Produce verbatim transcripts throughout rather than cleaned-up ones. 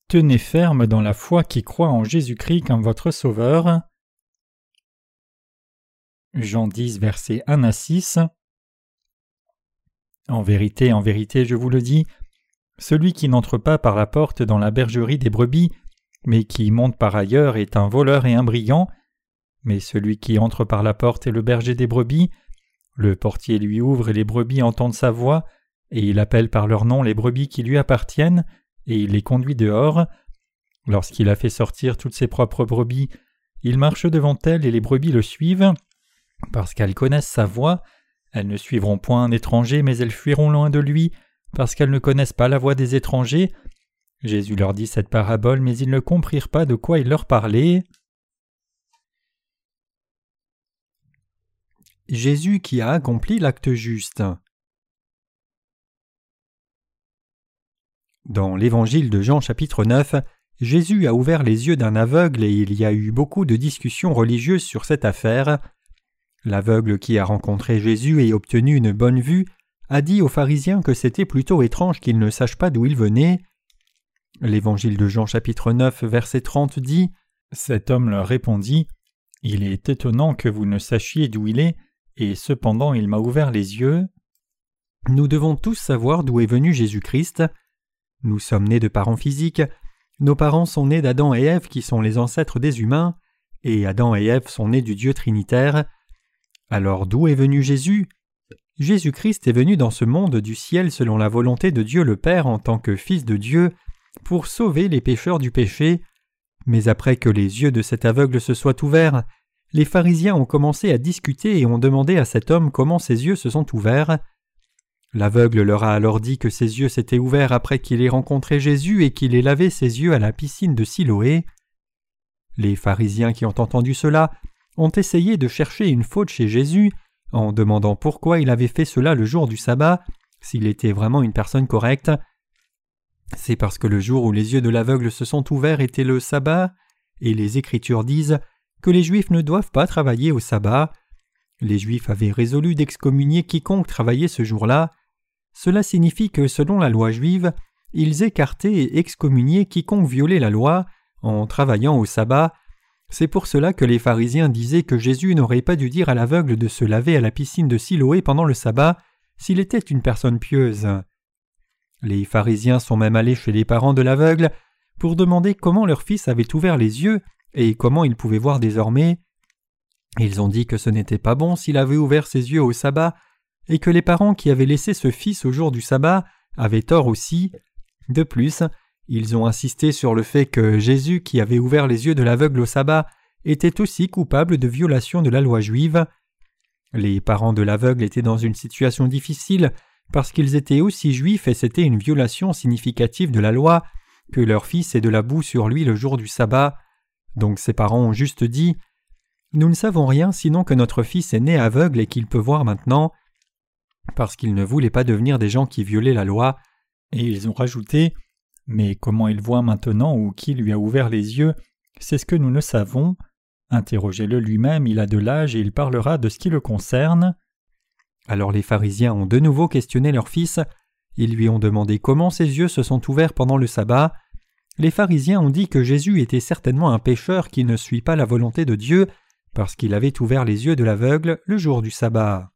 Tenez ferme dans la foi qui croit en Jésus-Christ comme votre Sauveur. Jean dix, versets un à six. En vérité, en vérité, je vous le dis, celui qui n'entre pas par la porte dans la bergerie des brebis, mais qui monte par ailleurs est un voleur et un brigand. Mais celui qui entre par la porte est le berger des brebis. Le portier lui ouvre et les brebis entendent sa voix, et il appelle par leur nom les brebis qui lui appartiennent, et il les conduit dehors. Lorsqu'il a fait sortir toutes ses propres brebis, il marche devant elles et les brebis le suivent, parce qu'elles connaissent sa voix. Elles ne suivront point un étranger, mais elles fuiront loin de lui, parce qu'elles ne connaissent pas la voix des étrangers. Jésus leur dit cette parabole, mais ils ne comprirent pas de quoi il leur parlait. Jésus qui a accompli l'acte juste. Dans l'évangile de Jean chapitre neuf, Jésus a ouvert les yeux d'un aveugle et il y a eu beaucoup de discussions religieuses sur cette affaire. L'aveugle qui a rencontré Jésus et obtenu une bonne vue a dit aux pharisiens que c'était plutôt étrange qu'ils ne sachent pas d'où il venait. L'évangile de Jean chapitre neuf verset trente dit « Cet homme leur répondit « Il est étonnant que vous ne sachiez d'où il est, et cependant il m'a ouvert les yeux. » Nous devons tous savoir d'où est venu Jésus-Christ. Nous sommes nés de parents physiques, nos parents sont nés d'Adam et Ève qui sont les ancêtres des humains, et Adam et Ève sont nés du Dieu trinitaire. Alors d'où est venu Jésus ? Jésus-Christ est venu dans ce monde du ciel selon la volonté de Dieu le Père en tant que Fils de Dieu, pour sauver les pécheurs du péché. Mais après que les yeux de cet aveugle se soient ouverts, les pharisiens ont commencé à discuter et ont demandé à cet homme comment ses yeux se sont ouverts. L'aveugle leur a alors dit que ses yeux s'étaient ouverts après qu'il ait rencontré Jésus et qu'il ait lavé ses yeux à la piscine de Siloé. Les pharisiens qui ont entendu cela ont essayé de chercher une faute chez Jésus en demandant pourquoi il avait fait cela le jour du sabbat, s'il était vraiment une personne correcte. C'est parce que le jour où les yeux de l'aveugle se sont ouverts était le sabbat, et les Écritures disent que les Juifs ne doivent pas travailler au sabbat. Les Juifs avaient résolu d'excommunier quiconque travaillait ce jour-là. Cela signifie que selon la loi juive, ils écartaient et excommuniaient quiconque violait la loi en travaillant au sabbat. C'est pour cela que les pharisiens disaient que Jésus n'aurait pas dû dire à l'aveugle de se laver à la piscine de Siloé pendant le sabbat s'il était une personne pieuse. Les pharisiens sont même allés chez les parents de l'aveugle pour demander comment leur fils avait ouvert les yeux et comment il pouvait voir désormais. Ils ont dit que ce n'était pas bon s'il avait ouvert ses yeux au sabbat et que les parents qui avaient laissé ce fils au jour du sabbat avaient tort aussi. De plus, ils ont insisté sur le fait que Jésus qui avait ouvert les yeux de l'aveugle au sabbat était aussi coupable de violation de la loi juive. Les parents de l'aveugle étaient dans une situation difficile parce qu'ils étaient aussi juifs et c'était une violation significative de la loi que leur fils ait de la boue sur lui le jour du sabbat. Donc ses parents ont juste dit « Nous ne savons rien sinon que notre fils est né aveugle et qu'il peut voir maintenant », parce qu'ils ne voulaient pas devenir des gens qui violaient la loi. Et ils ont rajouté « Mais comment il voit maintenant ou qui lui a ouvert les yeux, c'est ce que nous ne savons. Interrogez-le lui-même, il a de l'âge et il parlera de ce qui le concerne. » Alors les pharisiens ont de nouveau questionné leur fils. Ils lui ont demandé comment ses yeux se sont ouverts pendant le sabbat. Les pharisiens ont dit que Jésus était certainement un pécheur qui ne suit pas la volonté de Dieu parce qu'il avait ouvert les yeux de l'aveugle le jour du sabbat.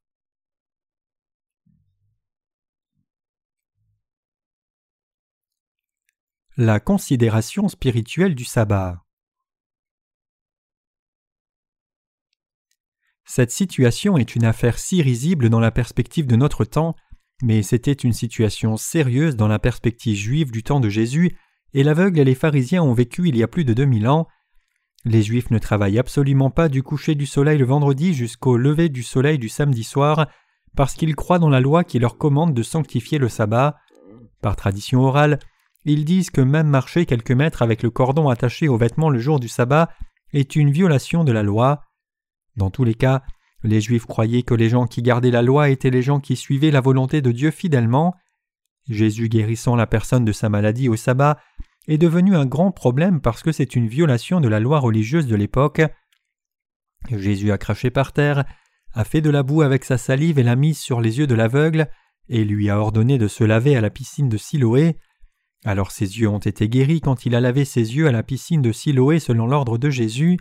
La considération spirituelle du sabbat. Cette situation est une affaire si risible dans la perspective de notre temps, mais c'était une situation sérieuse dans la perspective juive du temps de Jésus, et l'aveugle et les pharisiens ont vécu il y a plus de deux mille ans. Les Juifs ne travaillent absolument pas du coucher du soleil le vendredi jusqu'au lever du soleil du samedi soir, parce qu'ils croient dans la loi qui leur commande de sanctifier le sabbat. Par tradition orale, ils disent que même marcher quelques mètres avec le cordon attaché aux vêtements le jour du sabbat est une violation de la loi. Dans tous les cas, les Juifs croyaient que les gens qui gardaient la loi étaient les gens qui suivaient la volonté de Dieu fidèlement. Jésus guérissant la personne de sa maladie au sabbat est devenu un grand problème parce que c'est une violation de la loi religieuse de l'époque. Jésus a craché par terre, a fait de la boue avec sa salive et l'a mise sur les yeux de l'aveugle, et lui a ordonné de se laver à la piscine de Siloé. Alors ses yeux ont été guéris quand il a lavé ses yeux à la piscine de Siloé selon l'ordre de Jésus.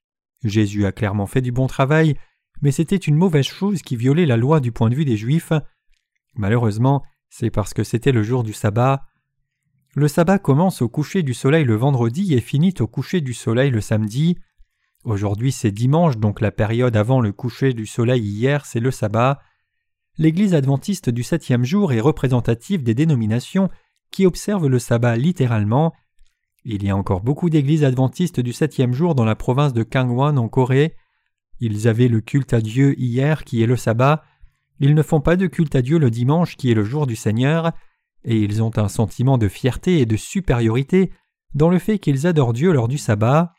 Jésus a clairement fait du bon travail, mais c'était une mauvaise chose qui violait la loi du point de vue des Juifs. Malheureusement, c'est parce que c'était le jour du sabbat. Le sabbat commence au coucher du soleil le vendredi et finit au coucher du soleil le samedi. Aujourd'hui c'est dimanche, donc la période avant le coucher du soleil hier, c'est le sabbat. L'Église adventiste du septième jour est représentative des dénominations qui observent le sabbat littéralement. Il y a encore beaucoup d'églises adventistes du septième jour dans la province de Gangwon en Corée. Ils avaient le culte à Dieu hier qui est le sabbat. Ils ne font pas de culte à Dieu le dimanche qui est le jour du Seigneur. Et ils ont un sentiment de fierté et de supériorité dans le fait qu'ils adorent Dieu lors du sabbat.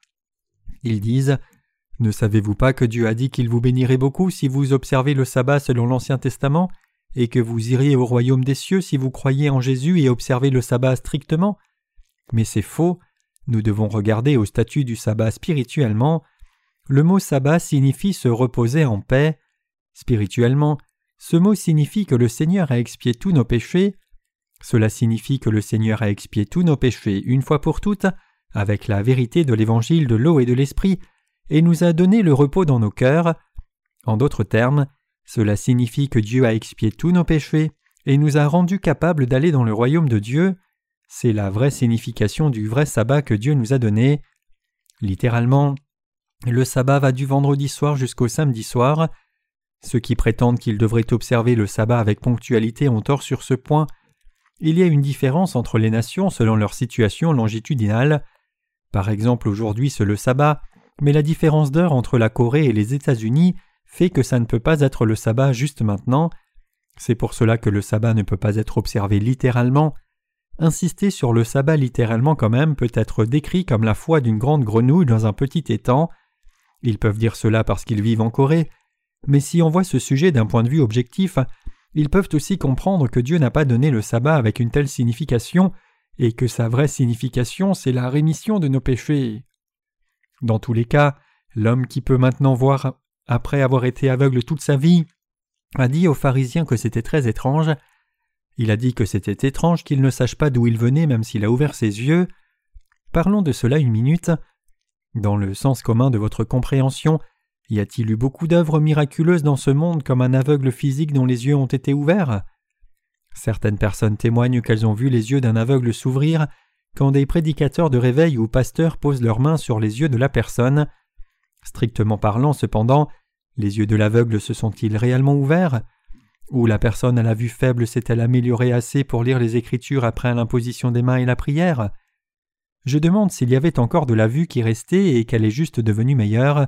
Ils disent « Ne savez-vous pas que Dieu a dit qu'il vous bénirait beaucoup si vous observez le sabbat selon l'Ancien Testament et que vous iriez au royaume des cieux si vous croyez en Jésus et observez le sabbat strictement ? Mais c'est faux. Nous devons regarder au statut du sabbat spirituellement. Le mot sabbat signifie se reposer en paix. Spirituellement, ce mot signifie que le Seigneur a expié tous nos péchés. Cela signifie que le Seigneur a expié tous nos péchés une fois pour toutes, avec la vérité de l'évangile de l'eau et de l'esprit, et nous a donné le repos dans nos cœurs. En d'autres termes, cela signifie que Dieu a expié tous nos péchés et nous a rendus capables d'aller dans le royaume de Dieu. C'est la vraie signification du vrai sabbat que Dieu nous a donné. Littéralement, le sabbat va du vendredi soir jusqu'au samedi soir. Ceux qui prétendent qu'ils devraient observer le sabbat avec ponctualité ont tort sur ce point. Il y a une différence entre les nations selon leur situation longitudinale. Par exemple, aujourd'hui c'est le sabbat, mais la différence d'heure entre la Corée et les États-Unis fait que ça ne peut pas être le sabbat juste maintenant. C'est pour cela que le sabbat ne peut pas être observé littéralement. Insister sur le sabbat littéralement quand même peut être décrit comme la foi d'une grande grenouille dans un petit étang. Ils peuvent dire cela parce qu'ils vivent en Corée, mais si on voit ce sujet d'un point de vue objectif, ils peuvent aussi comprendre que Dieu n'a pas donné le sabbat avec une telle signification et que sa vraie signification c'est la rémission de nos péchés. Dans tous les cas, l'homme qui peut maintenant voir après avoir été aveugle toute sa vie a dit aux pharisiens que c'était très étrange. Il a dit que c'était étrange qu'il ne sache pas d'où il venait même s'il a ouvert ses yeux. Parlons de cela une minute. Dans le sens commun de votre compréhension, y a-t-il eu beaucoup d'œuvres miraculeuses dans ce monde comme un aveugle physique dont les yeux ont été ouverts ? Certaines personnes témoignent qu'elles ont vu les yeux d'un aveugle s'ouvrir quand des prédicateurs de réveil ou pasteurs posent leurs mains sur les yeux de la personne. Strictement parlant, cependant, les yeux de l'aveugle se sont-ils réellement ouverts ? Ou la personne à la vue faible s'est-elle améliorée assez pour lire les Écritures après l'imposition des mains et la prière ? Je demande s'il y avait encore de la vue qui restait et qu'elle est juste devenue meilleure.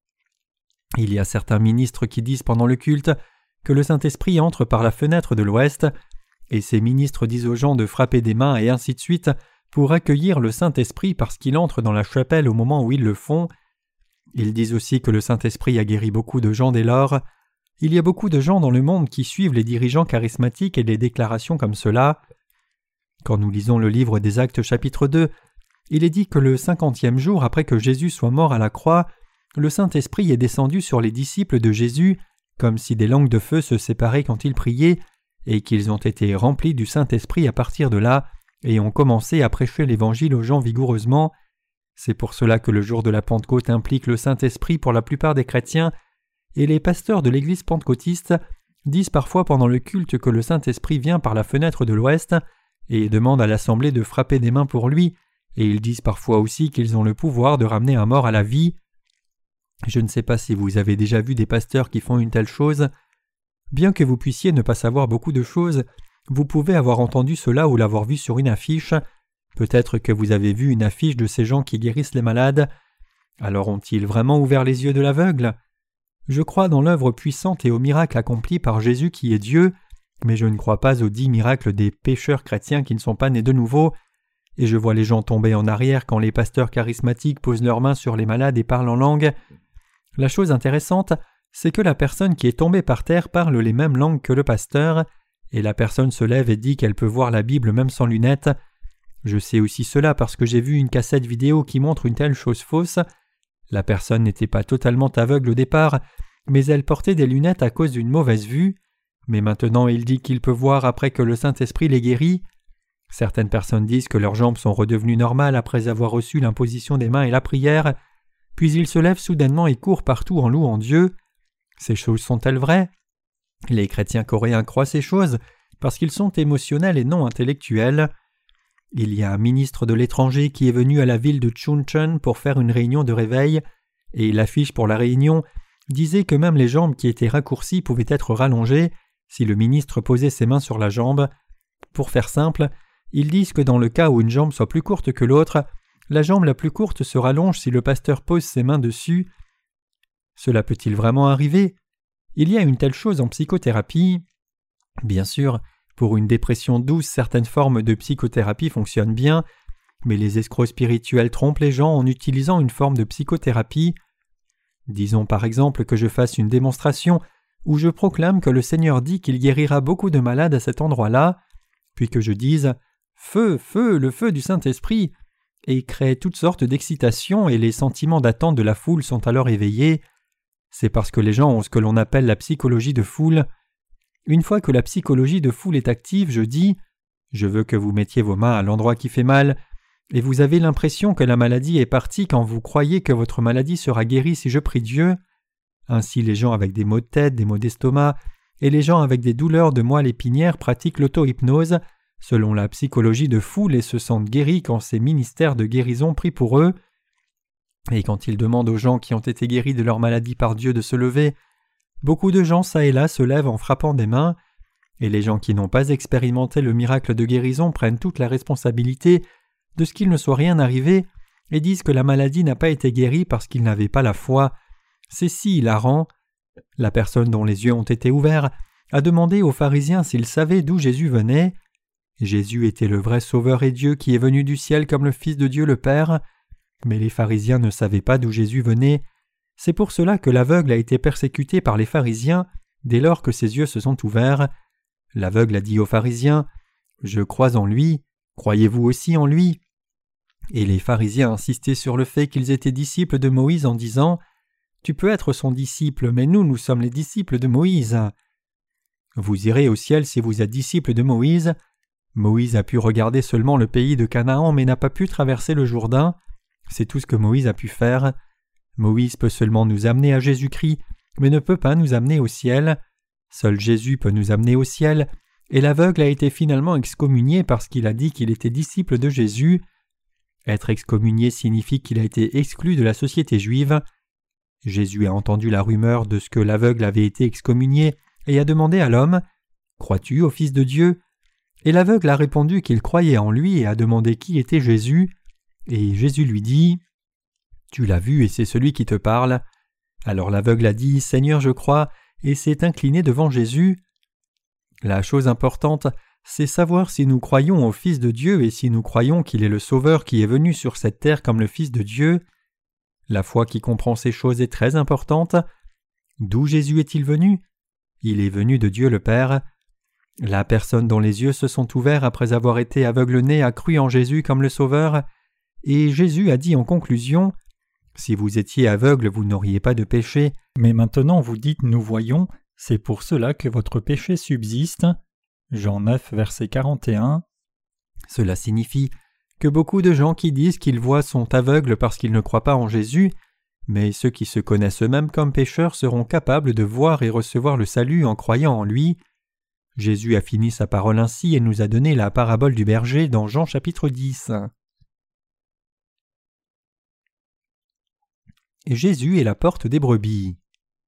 Il y a certains ministres qui disent pendant le culte que le Saint-Esprit entre par la fenêtre de l'Ouest, et ces ministres disent aux gens de frapper des mains et ainsi de suite pour accueillir le Saint-Esprit parce qu'il entre dans la chapelle au moment où ils le font. Ils disent aussi que le Saint-Esprit a guéri beaucoup de gens dès lors. Il y a beaucoup de gens dans le monde qui suivent les dirigeants charismatiques et les déclarations comme cela. Quand nous lisons le livre des Actes chapitre deux, il est dit que le cinquantième jour après que Jésus soit mort à la croix, le Saint-Esprit est descendu sur les disciples de Jésus, comme si des langues de feu se séparaient quand ils priaient, et qu'ils ont été remplis du Saint-Esprit à partir de là, et ont commencé à prêcher l'Évangile aux gens vigoureusement. C'est pour cela que le jour de la Pentecôte implique le Saint-Esprit pour la plupart des chrétiens, et les pasteurs de l'Église pentecôtiste disent parfois pendant le culte que le Saint-Esprit vient par la fenêtre de l'Ouest, et demandent à l'assemblée de frapper des mains pour lui, et ils disent parfois aussi qu'ils ont le pouvoir de ramener un mort à la vie. Je ne sais pas si vous avez déjà vu des pasteurs qui font une telle chose. Bien que vous puissiez ne pas savoir beaucoup de choses, vous pouvez avoir entendu cela ou l'avoir vu sur une affiche. Peut-être que vous avez vu une affiche de ces gens qui guérissent les malades. Alors ont-ils vraiment ouvert les yeux de l'aveugle ? Je crois dans l'œuvre puissante et aux miracles accomplis par Jésus qui est Dieu, mais je ne crois pas aux dix miracles des pécheurs chrétiens qui ne sont pas nés de nouveau. Et je vois les gens tomber en arrière quand les pasteurs charismatiques posent leurs mains sur les malades et parlent en langue. La chose intéressante, c'est que la personne qui est tombée par terre parle les mêmes langues que le pasteur, et la personne se lève et dit qu'elle peut voir la Bible même sans lunettes. Je sais aussi cela parce que j'ai vu une cassette vidéo qui montre une telle chose fausse. La personne n'était pas totalement aveugle au départ, mais elle portait des lunettes à cause d'une mauvaise vue. Mais maintenant il dit qu'il peut voir après que le Saint-Esprit l'ait guéri. Certaines personnes disent que leurs jambes sont redevenues normales après avoir reçu l'imposition des mains et la prière, puis ils se lèvent soudainement et courent partout en louant Dieu. Ces choses sont-elles vraies? Les chrétiens coréens croient ces choses parce qu'ils sont émotionnels et non intellectuels. Il y a un ministre de l'étranger qui est venu à la ville de Chuncheon pour faire une réunion de réveil, et l'affiche pour la réunion disait que même les jambes qui étaient raccourcies pouvaient être rallongées si le ministre posait ses mains sur la jambe. Pour faire simple, ils disent que dans le cas où une jambe soit plus courte que l'autre, la jambe la plus courte se rallonge si le pasteur pose ses mains dessus. Cela peut-il vraiment arriver? Il y a une telle chose en psychothérapie. Bien sûr, pour une dépression douce, certaines formes de psychothérapie fonctionnent bien, mais les escrocs spirituels trompent les gens en utilisant une forme de psychothérapie. Disons par exemple que je fasse une démonstration où je proclame que le Seigneur dit qu'il guérira beaucoup de malades à cet endroit-là, puis que je dise « Feu, feu, le feu du Saint-Esprit » et crée toutes sortes d'excitation et les sentiments d'attente de la foule sont alors éveillés. C'est parce que les gens ont ce que l'on appelle la psychologie de foule. Une fois que la psychologie de foule est active, je dis « Je veux que vous mettiez vos mains à l'endroit qui fait mal » et vous avez l'impression que la maladie est partie quand vous croyez que votre maladie sera guérie si je prie Dieu. Ainsi les gens avec des maux de tête, des maux d'estomac et les gens avec des douleurs de moelle épinière pratiquent l'auto-hypnose selon la psychologie de foule et se sentent guéris quand ces ministères de guérison prient pour eux. Et quand ils demandent aux gens qui ont été guéris de leur maladie par Dieu de se lever, beaucoup de gens ça et là se lèvent en frappant des mains, et les gens qui n'ont pas expérimenté le miracle de guérison prennent toute la responsabilité de ce qu'il ne soit rien arrivé et disent que la maladie n'a pas été guérie parce qu'ils n'avaient pas la foi. C'est si hilarant. La personne dont les yeux ont été ouverts a demandé aux pharisiens s'ils savaient d'où Jésus venait. Jésus était le vrai Sauveur et Dieu qui est venu du ciel comme le Fils de Dieu le Père, mais les pharisiens ne savaient pas d'où Jésus venait. C'est pour cela que l'aveugle a été persécuté par les pharisiens dès lors que ses yeux se sont ouverts. L'aveugle a dit aux pharisiens « Je crois en lui, croyez-vous aussi en lui ?» Et les pharisiens insistaient sur le fait qu'ils étaient disciples de Moïse en disant « Tu peux être son disciple, mais nous, nous sommes les disciples de Moïse. » Vous irez au ciel si vous êtes disciples de Moïse. Moïse a pu regarder seulement le pays de Canaan mais n'a pas pu traverser le Jourdain. C'est tout ce que Moïse a pu faire. Moïse peut seulement nous amener à Jésus-Christ, mais ne peut pas nous amener au ciel. Seul Jésus peut nous amener au ciel, et l'aveugle a été finalement excommunié parce qu'il a dit qu'il était disciple de Jésus. Être excommunié signifie qu'il a été exclu de la société juive. Jésus a entendu la rumeur de ce que l'aveugle avait été excommunié et a demandé à l'homme « Crois-tu au Fils de Dieu ?» Et l'aveugle a répondu qu'il croyait en lui et a demandé qui était Jésus. Et Jésus lui dit « Tu l'as vu et c'est celui qui te parle. » Alors l'aveugle a dit « Seigneur, je crois » et s'est incliné devant Jésus. La chose importante, c'est savoir si nous croyons au Fils de Dieu et si nous croyons qu'il est le Sauveur qui est venu sur cette terre comme le Fils de Dieu. La foi qui comprend ces choses est très importante. D'où Jésus est-il venu? Il est venu de Dieu le Père. La personne dont les yeux se sont ouverts après avoir été aveugle-née a cru en Jésus comme le Sauveur, et Jésus a dit en conclusion « Si vous étiez aveugle, vous n'auriez pas de péché, mais maintenant vous dites « Nous voyons », c'est pour cela que votre péché subsiste. » Jean neuf, verset quarante et un. Cela signifie que beaucoup de gens qui disent qu'ils voient sont aveugles parce qu'ils ne croient pas en Jésus, mais ceux qui se connaissent eux-mêmes comme pécheurs seront capables de voir et recevoir le salut en croyant en lui. Jésus a fini sa parole ainsi et nous a donné la parabole du berger dans Jean chapitre dix. Jésus est la porte des brebis.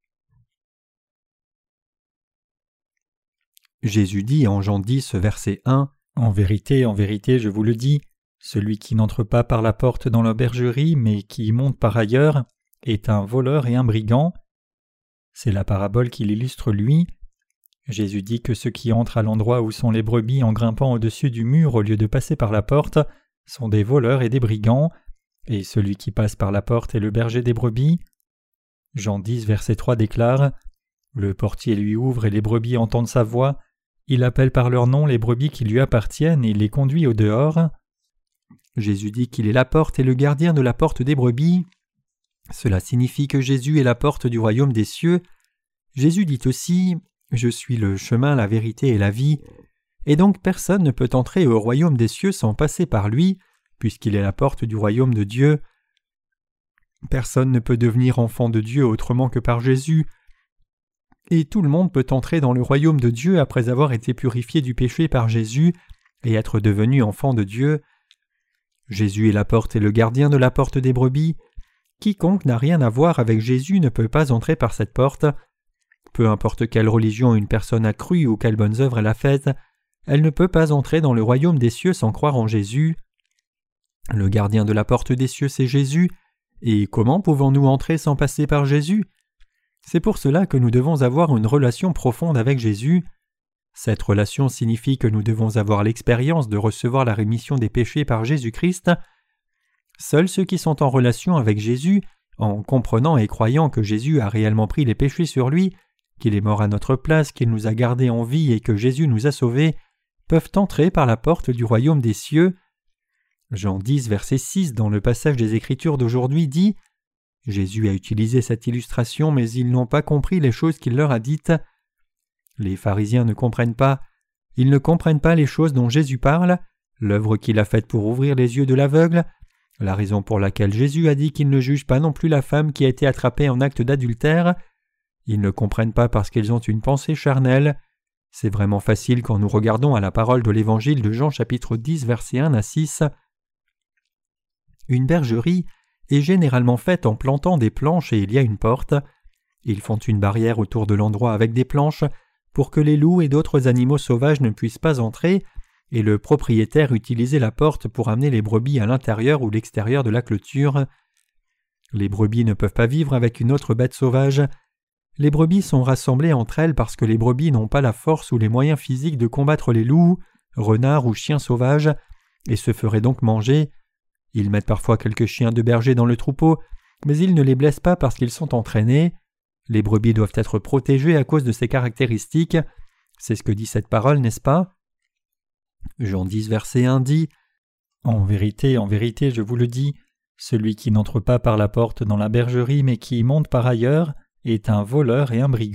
Jésus dit en Jean dix, verset un, « En vérité, en vérité, je vous le dis, celui qui n'entre pas par la porte dans la bergerie, mais qui y monte par ailleurs, est un voleur et un brigand. » C'est la parabole qui l'illustre lui. Jésus dit que ceux qui entrent à l'endroit où sont les brebis en grimpant au-dessus du mur au lieu de passer par la porte sont des voleurs et des brigands, et celui qui passe par la porte est le berger des brebis. Jean dix, verset trois déclare « Le portier lui ouvre et les brebis entendent sa voix. Il appelle par leur nom les brebis qui lui appartiennent et il les conduit au dehors. » Jésus dit qu'il est la porte et le gardien de la porte des brebis. Cela signifie que Jésus est la porte du royaume des cieux. Jésus dit aussi « Je suis le chemin, la vérité et la vie. » et donc personne ne peut entrer au royaume des cieux sans passer par lui, puisqu'il est la porte du royaume de Dieu. Personne ne peut devenir enfant de Dieu autrement que par Jésus, et tout le monde peut entrer dans le royaume de Dieu après avoir été purifié du péché par Jésus et être devenu enfant de Dieu. Jésus est la porte et le gardien de la porte des brebis. Quiconque n'a rien à voir avec Jésus ne peut pas entrer par cette porte. Peu importe quelle religion une personne a cru ou quelles bonnes œuvres elle a faites, elle ne peut pas entrer dans le royaume des cieux sans croire en Jésus. Le gardien de la porte des cieux, c'est Jésus, et comment pouvons-nous entrer sans passer par Jésus ? C'est pour cela que nous devons avoir une relation profonde avec Jésus. Cette relation signifie que nous devons avoir l'expérience de recevoir la rémission des péchés par Jésus-Christ. Seuls ceux qui sont en relation avec Jésus, en comprenant et croyant que Jésus a réellement pris les péchés sur lui, qu'il est mort à notre place, qu'il nous a gardés en vie et que Jésus nous a sauvés, peuvent entrer par la porte du royaume des cieux. Jean dix, verset six, dans le passage des Écritures d'aujourd'hui, dit « Jésus a utilisé cette illustration, mais ils n'ont pas compris les choses qu'il leur a dites. » Les pharisiens ne comprennent pas. Ils ne comprennent pas les choses dont Jésus parle, l'œuvre qu'il a faite pour ouvrir les yeux de l'aveugle, la raison pour laquelle Jésus a dit qu'il ne juge pas non plus la femme qui a été attrapée en acte d'adultère. Ils ne comprennent pas parce qu'ils ont une pensée charnelle. C'est vraiment facile quand nous regardons à la parole de l'Évangile de Jean chapitre dix, versets un à six. Une bergerie est généralement faite en plantant des planches et il y a une porte. Ils font une barrière autour de l'endroit avec des planches pour que les loups et d'autres animaux sauvages ne puissent pas entrer, et le propriétaire utilisait la porte pour amener les brebis à l'intérieur ou l'extérieur de la clôture. Les brebis ne peuvent pas vivre avec une autre bête sauvage. Les brebis sont rassemblées entre elles parce que les brebis n'ont pas la force ou les moyens physiques de combattre les loups, renards ou chiens sauvages, et se feraient donc manger. Ils mettent parfois quelques chiens de berger dans le troupeau, mais ils ne les blessent pas parce qu'ils sont entraînés. Les brebis doivent être protégées à cause de ces caractéristiques. C'est ce que dit cette parole, n'est-ce pas ? Jean dix, verset un dit « En vérité, en vérité, je vous le dis, celui qui n'entre pas par la porte dans la bergerie, mais qui y monte par ailleurs, est un voleur et un brigand. »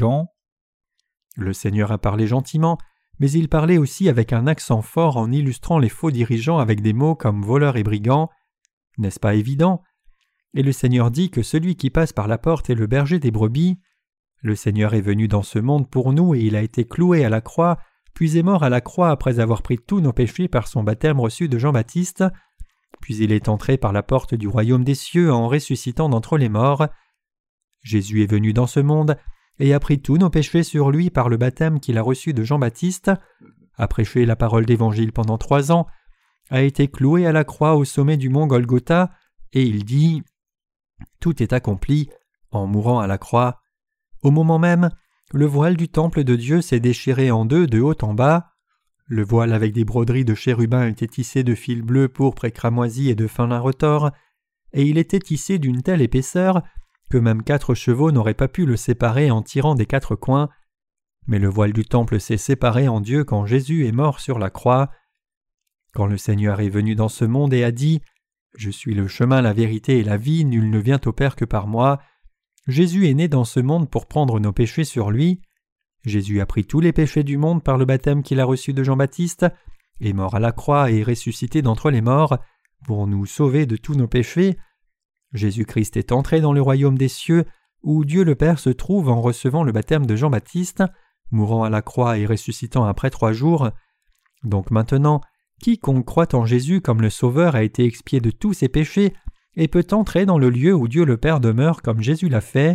Le Seigneur a parlé gentiment, mais il parlait aussi avec un accent fort en illustrant les faux dirigeants avec des mots comme voleur et brigand. N'est-ce pas évident ? Et le Seigneur dit que celui qui passe par la porte est le berger des brebis. Le Seigneur est venu dans ce monde pour nous et il a été cloué à la croix, puis est mort à la croix après avoir pris tous nos péchés par son baptême reçu de Jean-Baptiste. Puis il est entré par la porte du royaume des cieux en ressuscitant d'entre les morts. Jésus est venu dans ce monde et a pris tous nos péchés sur lui par le baptême qu'il a reçu de Jean-Baptiste, a prêché la parole d'Évangile pendant trois ans, a été cloué à la croix au sommet du mont Golgotha, et il dit « Tout est accompli » en mourant à la croix. Au moment même, le voile du temple de Dieu s'est déchiré en deux de haut en bas. Le voile avec des broderies de chérubins était tissé de fils bleus, pourpres et cramoisis et de fin lin retors, et il était tissé d'une telle épaisseur que même quatre chevaux n'auraient pas pu le séparer en tirant des quatre coins. Mais le voile du temple s'est séparé en Dieu quand Jésus est mort sur la croix. Quand le Seigneur est venu dans ce monde et a dit « Je suis le chemin, la vérité et la vie, nul ne vient au Père que par moi », Jésus est né dans ce monde pour prendre nos péchés sur lui. Jésus a pris tous les péchés du monde par le baptême qu'il a reçu de Jean-Baptiste, est mort à la croix et est ressuscité d'entre les morts pour nous sauver de tous nos péchés. Jésus-Christ est entré dans le royaume des cieux où Dieu le Père se trouve en recevant le baptême de Jean-Baptiste, mourant à la croix et ressuscitant après trois jours. Donc maintenant, quiconque croit en Jésus comme le Sauveur a été expié de tous ses péchés et peut entrer dans le lieu où Dieu le Père demeure comme Jésus l'a fait.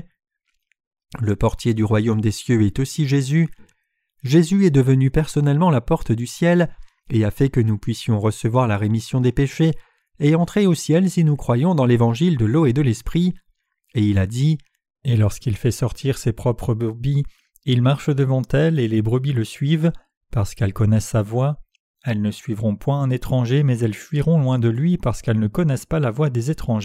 Le portier du royaume des cieux est aussi Jésus. Jésus est devenu personnellement la porte du ciel et a fait que nous puissions recevoir la rémission des péchés et entrer au ciel si nous croyons dans l'évangile de l'eau et de l'esprit. Et il a dit « Et lorsqu'il fait sortir ses propres brebis, il marche devant elles et les brebis le suivent, parce qu'elles connaissent sa voix. Elles ne suivront point un étranger, mais elles fuiront loin de lui parce qu'elles ne connaissent pas la voix des étrangers. »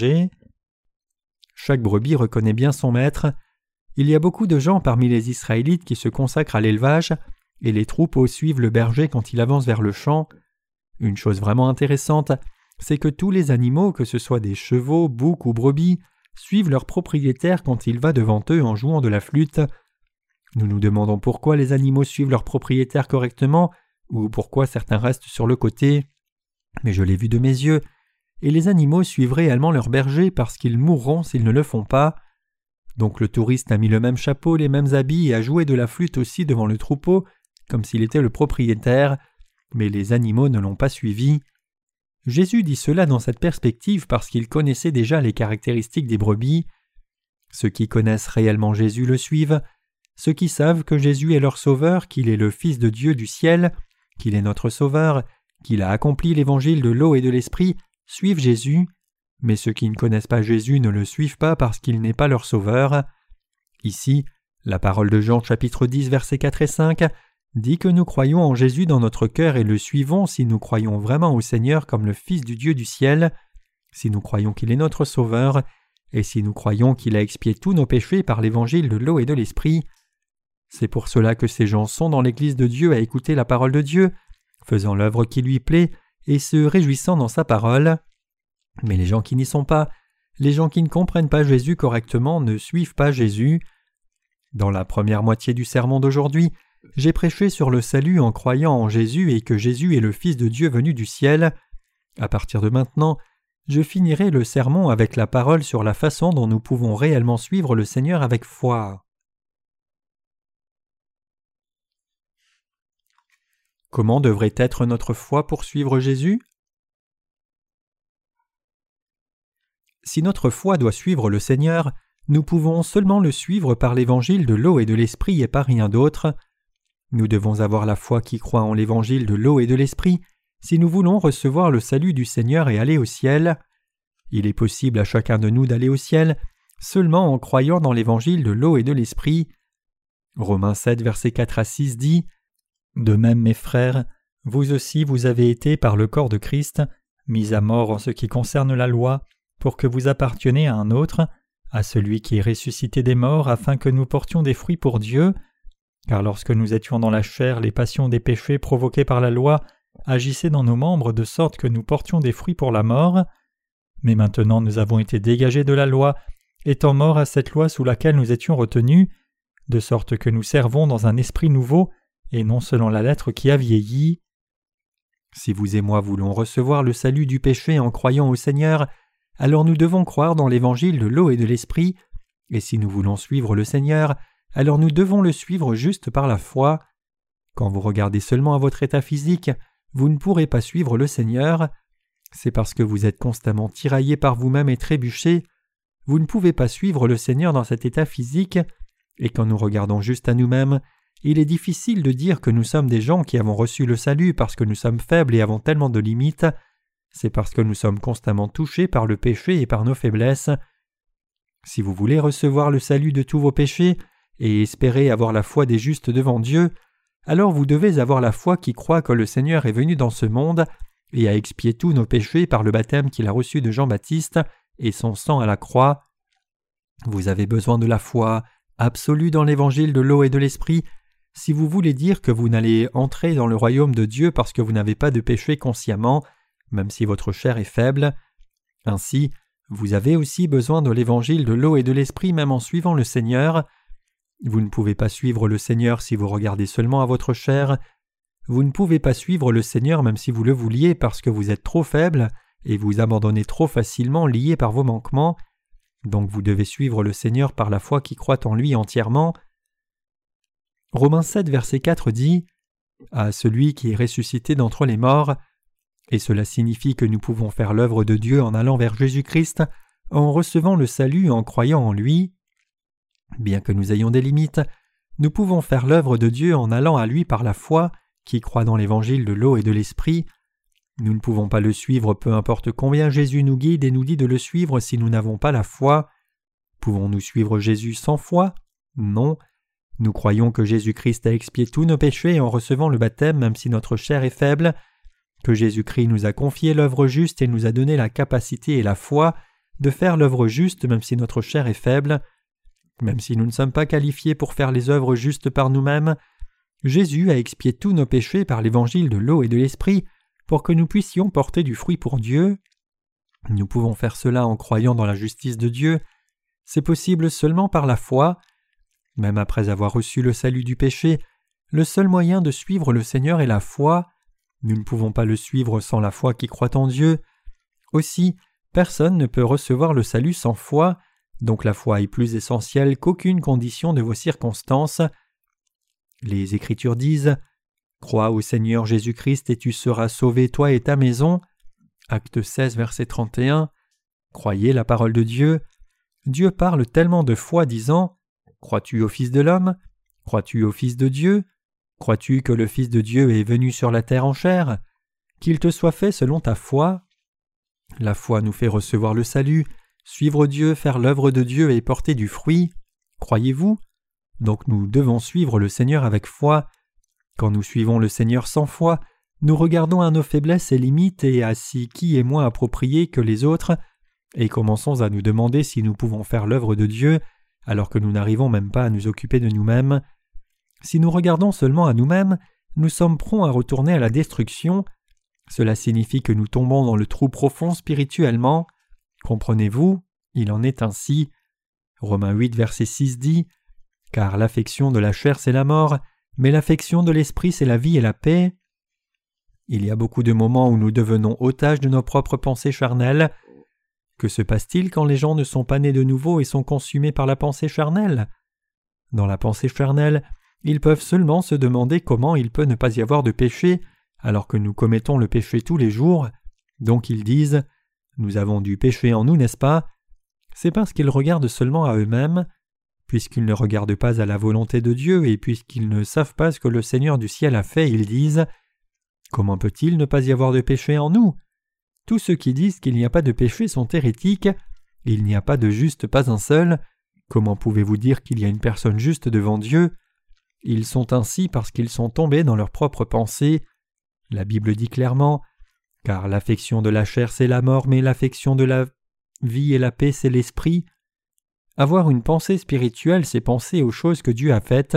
Chaque brebis reconnaît bien son maître. Il y a beaucoup de gens parmi les Israélites qui se consacrent à l'élevage, et les troupeaux suivent le berger quand il avance vers le champ. Une chose vraiment intéressante, c'est que tous les animaux, que ce soit des chevaux, boucs ou brebis, suivent leur propriétaire quand il va devant eux en jouant de la flûte. Nous nous demandons pourquoi les animaux suivent leur propriétaire correctement, ou pourquoi certains restent sur le côté. Mais je l'ai vu de mes yeux, et les animaux suivent réellement leur berger parce qu'ils mourront s'ils ne le font pas. Donc le touriste a mis le même chapeau, les mêmes habits et a joué de la flûte aussi devant le troupeau, comme s'il était le propriétaire, mais les animaux ne l'ont pas suivi. Jésus dit cela dans cette perspective parce qu'il connaissait déjà les caractéristiques des brebis. Ceux qui connaissent réellement Jésus le suivent. Ceux qui savent que Jésus est leur Sauveur, qu'il est le Fils de Dieu du ciel, qu'il est notre Sauveur, qu'il a accompli l'évangile de l'eau et de l'esprit, suivent Jésus. Mais ceux qui ne connaissent pas Jésus ne le suivent pas parce qu'il n'est pas leur Sauveur. Ici, la parole de Jean chapitre dix versets quatre et cinq dit que nous croyons en Jésus dans notre cœur et le suivons si nous croyons vraiment au Seigneur comme le Fils du Dieu du ciel, si nous croyons qu'il est notre Sauveur, et si nous croyons qu'il a expié tous nos péchés par l'évangile de l'eau et de l'esprit. C'est pour cela que ces gens sont dans l'Église de Dieu à écouter la parole de Dieu, faisant l'œuvre qui lui plaît et se réjouissant dans sa parole. Mais les gens qui n'y sont pas, les gens qui ne comprennent pas Jésus correctement ne suivent pas Jésus. Dans la première moitié du sermon d'aujourd'hui, j'ai prêché sur le salut en croyant en Jésus et que Jésus est le Fils de Dieu venu du ciel. À partir de maintenant, je finirai le sermon avec la parole sur la façon dont nous pouvons réellement suivre le Seigneur avec foi. Comment devrait être notre foi pour suivre Jésus? Si notre foi doit suivre le Seigneur, nous pouvons seulement le suivre par l'évangile de l'eau et de l'esprit et par rien d'autre. Nous devons avoir la foi qui croit en l'évangile de l'eau et de l'esprit si nous voulons recevoir le salut du Seigneur et aller au ciel. Il est possible à chacun de nous d'aller au ciel seulement en croyant dans l'évangile de l'eau et de l'esprit. Romains sept versets quatre à six dit « De même, mes frères, vous aussi vous avez été par le corps de Christ, mis à mort en ce qui concerne la loi, pour que vous apparteniez à un autre, à celui qui est ressuscité des morts, afin que nous portions des fruits pour Dieu. Car lorsque nous étions dans la chair, les passions des péchés provoqués par la loi agissaient dans nos membres de sorte que nous portions des fruits pour la mort. Mais maintenant nous avons été dégagés de la loi, étant morts à cette loi sous laquelle nous étions retenus, de sorte que nous servons dans un esprit nouveau, et non selon la lettre qui a vieilli. Si vous et moi voulons recevoir le salut du péché en croyant au Seigneur, alors nous devons croire dans l'évangile de l'eau et de l'esprit, et si nous voulons suivre le Seigneur, alors nous devons le suivre juste par la foi. Quand vous regardez seulement à votre état physique, vous ne pourrez pas suivre le Seigneur. C'est parce que vous êtes constamment tiraillé par vous-même et trébuché. Vous ne pouvez pas suivre le Seigneur dans cet état physique, et quand nous regardons juste à nous-mêmes, il est difficile de dire que nous sommes des gens qui avons reçu le salut parce que nous sommes faibles et avons tellement de limites. C'est parce que nous sommes constamment touchés par le péché et par nos faiblesses. Si vous voulez recevoir le salut de tous vos péchés et espérer avoir la foi des justes devant Dieu, alors vous devez avoir la foi qui croit que le Seigneur est venu dans ce monde et a expié tous nos péchés par le baptême qu'il a reçu de Jean-Baptiste et son sang à la croix. Vous avez besoin de la foi absolue dans l'évangile de l'eau et de l'esprit si vous voulez dire que vous n'allez entrer dans le royaume de Dieu parce que vous n'avez pas de péché consciemment, même si votre chair est faible. Ainsi, vous avez aussi besoin de l'évangile de l'eau et de l'esprit même en suivant le Seigneur. Vous ne pouvez pas suivre le Seigneur si vous regardez seulement à votre chair. Vous ne pouvez pas suivre le Seigneur même si vous le vouliez parce que vous êtes trop faible et vous abandonnez trop facilement lié par vos manquements. Donc vous devez suivre le Seigneur par la foi qui croit en lui entièrement. Romains sept verset quatre dit « À celui qui est ressuscité d'entre les morts », et cela signifie que nous pouvons faire l'œuvre de Dieu en allant vers Jésus-Christ, en recevant le salut en croyant en lui. Bien que nous ayons des limites, nous pouvons faire l'œuvre de Dieu en allant à lui par la foi, qui croit dans l'évangile de l'eau et de l'esprit. Nous ne pouvons pas le suivre peu importe combien Jésus nous guide et nous dit de le suivre si nous n'avons pas la foi. Pouvons-nous suivre Jésus sans foi? Non. Nous croyons que Jésus-Christ a expié tous nos péchés en recevant le baptême même si notre chair est faible, que Jésus-Christ nous a confié l'œuvre juste et nous a donné la capacité et la foi de faire l'œuvre juste même si notre chair est faible. Même si nous ne sommes pas qualifiés pour faire les œuvres justes par nous-mêmes, Jésus a expié tous nos péchés par l'évangile de l'eau et de l'esprit pour que nous puissions porter du fruit pour Dieu. Nous pouvons faire cela en croyant dans la justice de Dieu. C'est possible seulement par la foi. Même après avoir reçu le salut du péché, le seul moyen de suivre le Seigneur est la foi. Nous ne pouvons pas le suivre sans la foi qui croit en Dieu. Aussi, personne ne peut recevoir le salut sans foi, donc la foi est plus essentielle qu'aucune condition de vos circonstances. Les Écritures disent « Crois au Seigneur Jésus-Christ et tu seras sauvé, toi et ta maison ». Acte seize, verset trente et un. Croyez la parole de Dieu. Dieu parle tellement de fois disant « Crois-tu au Fils de l'homme ? Crois-tu au Fils de Dieu ? Crois-tu que le Fils de Dieu est venu sur la terre en chair ? Qu'il te soit fait selon ta foi ». La foi nous fait recevoir le salut, suivre Dieu, faire l'œuvre de Dieu et porter du fruit. Croyez-vous ? Donc nous devons suivre le Seigneur avec foi. Quand nous suivons le Seigneur sans foi, nous regardons à nos faiblesses et limites et à si qui est moins approprié que les autres, et commençons à nous demander si nous pouvons faire l'œuvre de Dieu, alors que nous n'arrivons même pas à nous occuper de nous-mêmes. Si nous regardons seulement à nous-mêmes, nous sommes prompts à retourner à la destruction. Cela signifie que nous tombons dans le trou profond spirituellement. Comprenez-vous ? Il en est ainsi. Romains huit, verset six dit « Car l'affection de la chair c'est la mort, mais l'affection de l'esprit c'est la vie et la paix. » Il y a beaucoup de moments où nous devenons otages de nos propres pensées charnelles. Que se passe-t-il quand les gens ne sont pas nés de nouveau et sont consumés par la pensée charnelle ? Dans la pensée charnelle, ils peuvent seulement se demander comment il peut ne pas y avoir de péché, alors que nous commettons le péché tous les jours. Donc ils disent « Nous avons du péché en nous, n'est-ce pas ?» C'est parce qu'ils regardent seulement à eux-mêmes. Puisqu'ils ne regardent pas à la volonté de Dieu et puisqu'ils ne savent pas ce que le Seigneur du ciel a fait, ils disent « Comment peut-il ne pas y avoir de péché en nous ?» Tous ceux qui disent qu'il n'y a pas de péché sont hérétiques. Il n'y a pas de juste, pas un seul. Comment pouvez-vous dire qu'il y a une personne juste devant Dieu ? Ils sont ainsi parce qu'ils sont tombés dans leurs propres pensées. La Bible dit clairement « Car l'affection de la chair c'est la mort, mais l'affection de la vie et la paix c'est l'esprit. » Avoir une pensée spirituelle, c'est penser aux choses que Dieu a faites.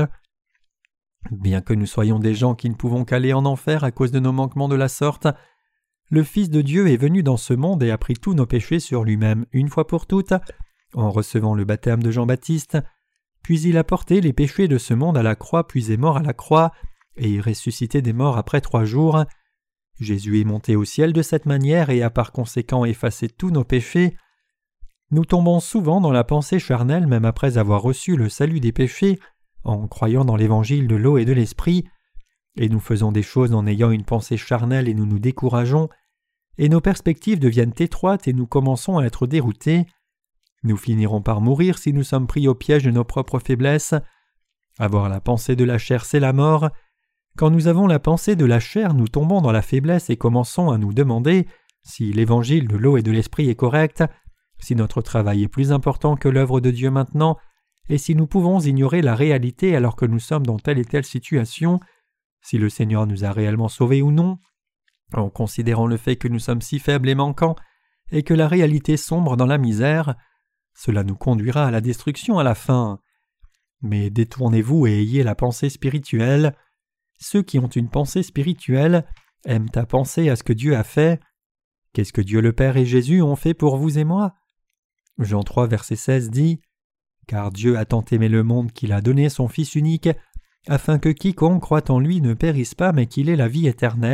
Bien que nous soyons des gens qui ne pouvons qu'aller en enfer à cause de nos manquements de la sorte, le Fils de Dieu est venu dans ce monde et a pris tous nos péchés sur lui-même une fois pour toutes, en recevant le baptême de Jean-Baptiste, puis il a porté les péchés de ce monde à la croix, puis est mort à la croix, et est ressuscité des morts après trois jours. Jésus est monté au ciel de cette manière et a par conséquent effacé tous nos péchés. Nous tombons souvent dans la pensée charnelle même après avoir reçu le salut des péchés, en croyant dans l'évangile de l'eau et de l'esprit, et nous faisons des choses en ayant une pensée charnelle et nous nous décourageons, et nos perspectives deviennent étroites et nous commençons à être déroutés. Nous finirons par mourir si nous sommes pris au piège de nos propres faiblesses. Avoir la pensée de la chair, c'est la mort. Quand nous avons la pensée de la chair, nous tombons dans la faiblesse et commençons à nous demander si l'évangile de l'eau et de l'esprit est correct, si notre travail est plus important que l'œuvre de Dieu maintenant, et si nous pouvons ignorer la réalité alors que nous sommes dans telle et telle situation, si le Seigneur nous a réellement sauvés ou non, en considérant le fait que nous sommes si faibles et manquants, et que la réalité sombre dans la misère, cela nous conduira à la destruction à la fin. Mais détournez-vous et ayez la pensée spirituelle. Ceux qui ont une pensée spirituelle aiment à penser à ce que Dieu a fait. Qu'est-ce que Dieu le Père et Jésus ont fait pour vous et moi ? Jean trois, verset seize dit « Car Dieu a tant aimé le monde qu'il a donné son Fils unique, afin que quiconque croit en lui ne périsse pas mais qu'il ait la vie éternelle. »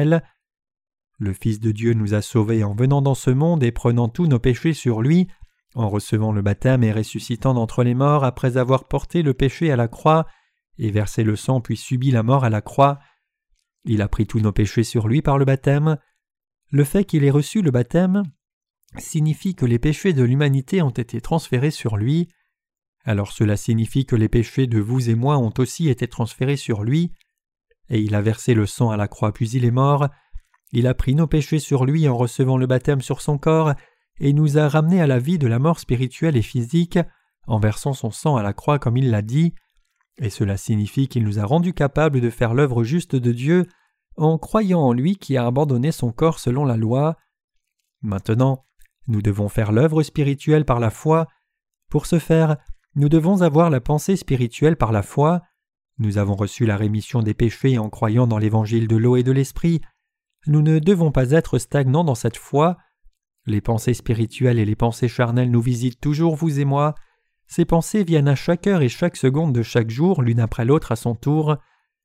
Le Fils de Dieu nous a sauvés en venant dans ce monde et prenant tous nos péchés sur lui, en recevant le baptême et ressuscitant d'entre les morts après avoir porté le péché à la croix et versé le sang puis subi la mort à la croix. Il a pris tous nos péchés sur lui par le baptême. Le fait qu'il ait reçu le baptême signifie que les péchés de l'humanité ont été transférés sur lui. Alors cela signifie que les péchés de vous et moi ont aussi été transférés sur lui. Et il a versé le sang à la croix puis il est mort. Il a pris nos péchés sur lui en recevant le baptême sur son corps et nous a ramenés à la vie de la mort spirituelle et physique en versant son sang à la croix comme il l'a dit. Et cela signifie qu'il nous a rendus capables de faire l'œuvre juste de Dieu en croyant en lui qui a abandonné son corps selon la loi. Maintenant, nous devons faire l'œuvre spirituelle par la foi. Pour ce faire, nous devons avoir la pensée spirituelle par la foi. Nous avons reçu la rémission des péchés en croyant dans l'évangile de l'eau et de l'esprit. Nous ne devons pas être stagnants dans cette foi. Les pensées spirituelles et les pensées charnelles nous visitent toujours, vous et moi. Ces pensées viennent à chaque heure et chaque seconde de chaque jour, l'une après l'autre à son tour.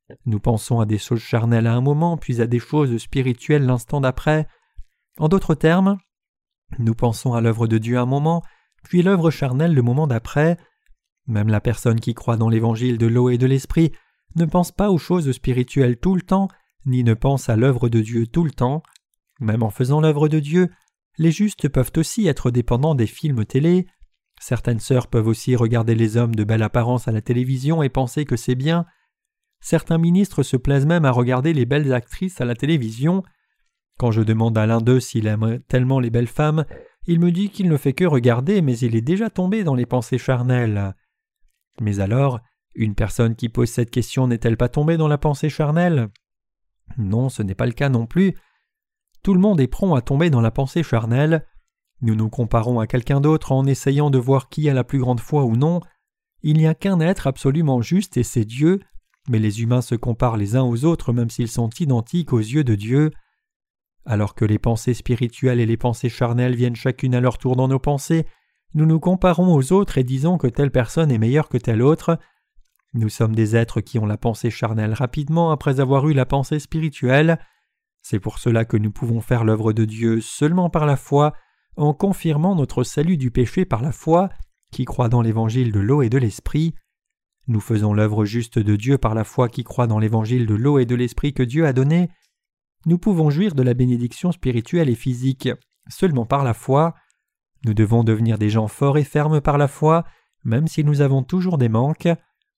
Nous pensons à des choses charnelles à un moment, puis à des choses spirituelles l'instant d'après. En d'autres termes, nous pensons à l'œuvre de Dieu un moment, puis l'œuvre charnelle le moment d'après. Même la personne qui croit dans l'évangile de l'eau et de l'esprit ne pense pas aux choses spirituelles tout le temps, ni ne pense à l'œuvre de Dieu tout le temps. Même en faisant l'œuvre de Dieu, les justes peuvent aussi être dépendants des films télé. Certaines sœurs peuvent aussi regarder les hommes de belle apparence à la télévision et penser que c'est bien. Certains ministres se plaisent même à regarder les belles actrices à la télévision. Quand je demande à l'un d'eux s'il aime tellement les belles femmes, il me dit qu'il ne fait que regarder, mais il est déjà tombé dans les pensées charnelles. Mais alors, une personne qui pose cette question n'est-elle pas tombée dans la pensée charnelle? Non, ce n'est pas le cas non plus. Tout le monde est prompt à tomber dans la pensée charnelle. Nous nous comparons à quelqu'un d'autre en essayant de voir qui a la plus grande foi ou non. Il n'y a qu'un être absolument juste et c'est Dieu, mais les humains se comparent les uns aux autres même s'ils sont identiques aux yeux de Dieu. Alors que les pensées spirituelles et les pensées charnelles viennent chacune à leur tour dans nos pensées, nous nous comparons aux autres et disons que telle personne est meilleure que telle autre. Nous sommes des êtres qui ont la pensée charnelle rapidement après avoir eu la pensée spirituelle. C'est pour cela que nous pouvons faire l'œuvre de Dieu seulement par la foi, en confirmant notre salut du péché par la foi, qui croit dans l'évangile de l'eau et de l'esprit. Nous faisons l'œuvre juste de Dieu par la foi qui croit dans l'évangile de l'eau et de l'esprit que Dieu a donné. Nous pouvons jouir de la bénédiction spirituelle et physique seulement par la foi. Nous devons devenir des gens forts et fermes par la foi, même si nous avons toujours des manques.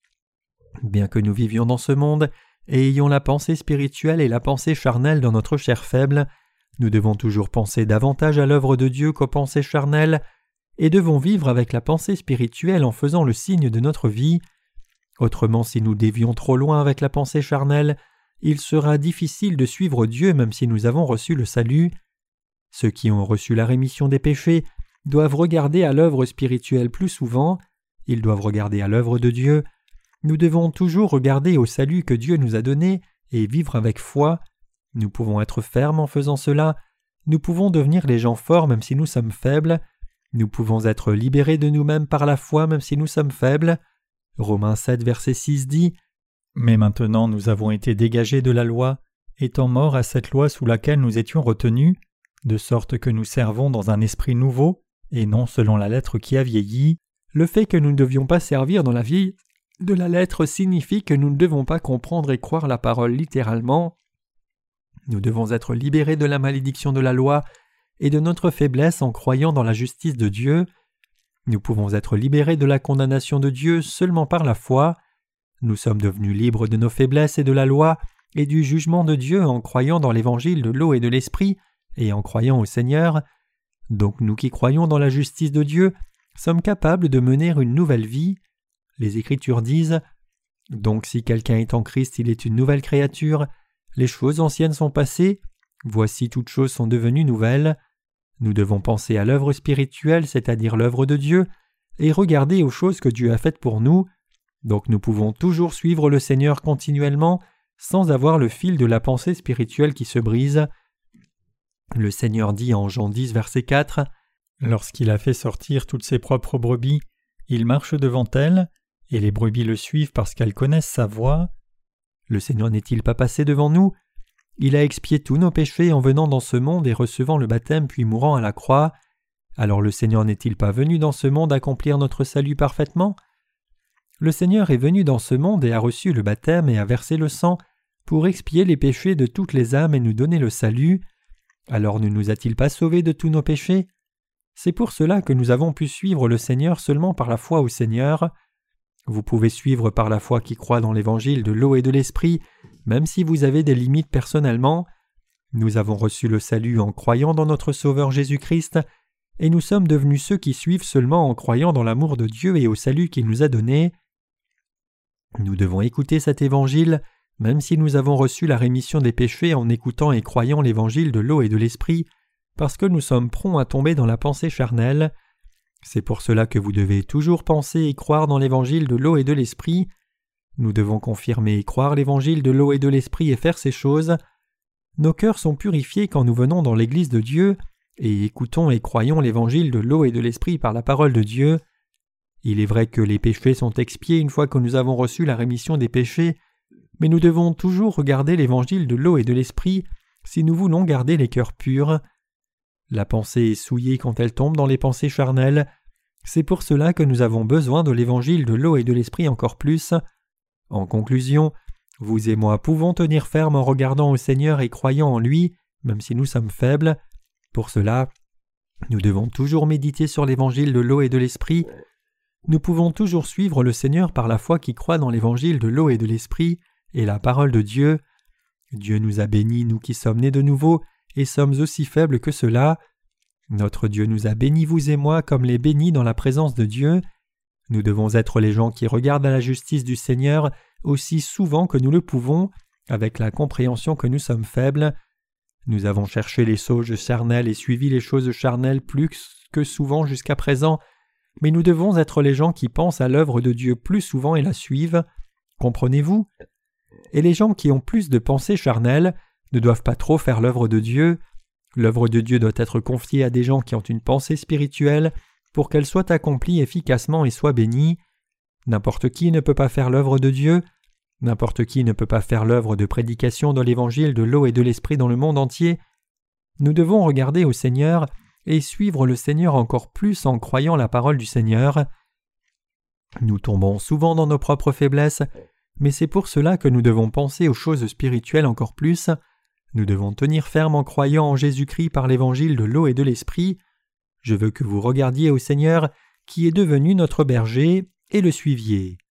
Bien que nous vivions dans ce monde et ayons la pensée spirituelle et la pensée charnelle dans notre chair faible, nous devons toujours penser davantage à l'œuvre de Dieu qu'aux pensées charnelles et devons vivre avec la pensée spirituelle en faisant le signe de notre vie. Autrement, si nous dévions trop loin avec la pensée charnelle, il sera difficile de suivre Dieu même si nous avons reçu le salut. Ceux qui ont reçu la rémission des péchés doivent regarder à l'œuvre spirituelle plus souvent, ils doivent regarder à l'œuvre de Dieu. Nous devons toujours regarder au salut que Dieu nous a donné et vivre avec foi. Nous pouvons être fermes en faisant cela. Nous pouvons devenir les gens forts même si nous sommes faibles. Nous pouvons être libérés de nous-mêmes par la foi même si nous sommes faibles. Romains sept, verset six dit « Mais maintenant nous avons été dégagés de la loi, étant morts à cette loi sous laquelle nous étions retenus, de sorte que nous servons dans un esprit nouveau, et non selon la lettre qui a vieilli. » Le fait que nous ne devions pas servir dans la vie de la lettre signifie que nous ne devons pas comprendre et croire la parole littéralement. Nous devons être libérés de la malédiction de la loi et de notre faiblesse en croyant dans la justice de Dieu. Nous pouvons être libérés de la condamnation de Dieu seulement par la foi. Nous sommes devenus libres de nos faiblesses et de la loi et du jugement de Dieu en croyant dans l'évangile de l'eau et de l'esprit et en croyant au Seigneur. Donc nous qui croyons dans la justice de Dieu sommes capables de mener une nouvelle vie. Les Écritures disent « Donc si quelqu'un est en Christ, il est une nouvelle créature. Les choses anciennes sont passées. Voici toutes choses sont devenues nouvelles. » Nous devons penser à l'œuvre spirituelle, c'est-à-dire l'œuvre de Dieu, et regarder aux choses que Dieu a faites pour nous. Donc nous pouvons toujours suivre le Seigneur continuellement, sans avoir le fil de la pensée spirituelle qui se brise. Le Seigneur dit en Jean dix, verset quatre, « Lorsqu'il a fait sortir toutes ses propres brebis, il marche devant elles, et les brebis le suivent parce qu'elles connaissent sa voix. » Le Seigneur n'est-il pas passé devant nous? Il a expié tous nos péchés en venant dans ce monde et recevant le baptême puis mourant à la croix. Alors le Seigneur n'est-il pas venu dans ce monde accomplir notre salut parfaitement? Le Seigneur est venu dans ce monde et a reçu le baptême et a versé le sang pour expier les péchés de toutes les âmes et nous donner le salut. Alors ne nous a-t-il pas sauvés de tous nos péchés? C'est pour cela que nous avons pu suivre le Seigneur seulement par la foi au Seigneur. Vous pouvez suivre par la foi qui croit dans l'évangile de l'eau et de l'esprit, même si vous avez des limites personnellement. Nous avons reçu le salut en croyant dans notre Sauveur Jésus-Christ, et nous sommes devenus ceux qui suivent seulement en croyant dans l'amour de Dieu et au salut qu'il nous a donné. Nous devons écouter cet évangile, même si nous avons reçu la rémission des péchés en écoutant et croyant l'évangile de l'eau et de l'esprit, parce que nous sommes prompts à tomber dans la pensée charnelle. C'est pour cela que vous devez toujours penser et croire dans l'évangile de l'eau et de l'esprit. Nous devons confirmer et croire l'évangile de l'eau et de l'esprit et faire ces choses. Nos cœurs sont purifiés quand nous venons dans l'Église de Dieu et écoutons et croyons l'évangile de l'eau et de l'esprit par la parole de Dieu. Il est vrai que les péchés sont expiés une fois que nous avons reçu la rémission des péchés, mais nous devons toujours regarder l'évangile de l'eau et de l'esprit si nous voulons garder les cœurs purs. La pensée est souillée quand elle tombe dans les pensées charnelles. C'est pour cela que nous avons besoin de l'évangile de l'eau et de l'esprit encore plus. En conclusion, vous et moi pouvons tenir ferme en regardant au Seigneur et croyant en lui, même si nous sommes faibles. Pour cela, nous devons toujours méditer sur l'évangile de l'eau et de l'esprit. Nous pouvons toujours suivre le Seigneur par la foi qui croit dans l'évangile de l'eau et de l'esprit et la parole de Dieu. Dieu nous a bénis, nous qui sommes nés de nouveau, et sommes aussi faibles que cela. Notre Dieu nous a bénis, vous et moi, comme les bénis dans la présence de Dieu. Nous devons être les gens qui regardent à la justice du Seigneur aussi souvent que nous le pouvons, avec la compréhension que nous sommes faibles. Nous avons cherché les choses charnelles et suivi les choses charnelles plus que souvent jusqu'à présent, mais nous devons être les gens qui pensent à l'œuvre de Dieu plus souvent et la suivent. Comprenez-vous? Et les gens qui ont plus de pensées charnelles ne doivent pas trop faire l'œuvre de Dieu. L'œuvre de Dieu doit être confiée à des gens qui ont une pensée spirituelle pour qu'elle soit accomplie efficacement et soit bénie. N'importe qui ne peut pas faire l'œuvre de Dieu. N'importe qui ne peut pas faire l'œuvre de prédication de l'évangile de l'eau et de l'esprit dans le monde entier. Nous devons regarder au Seigneur et suivre le Seigneur encore plus en croyant la parole du Seigneur. Nous tombons souvent dans nos propres faiblesses, mais c'est pour cela que nous devons penser aux choses spirituelles encore plus. Nous devons tenir ferme en croyant en Jésus-Christ par l'évangile de l'eau et de l'esprit. Je veux que vous regardiez au Seigneur qui est devenu notre berger et le suiviez.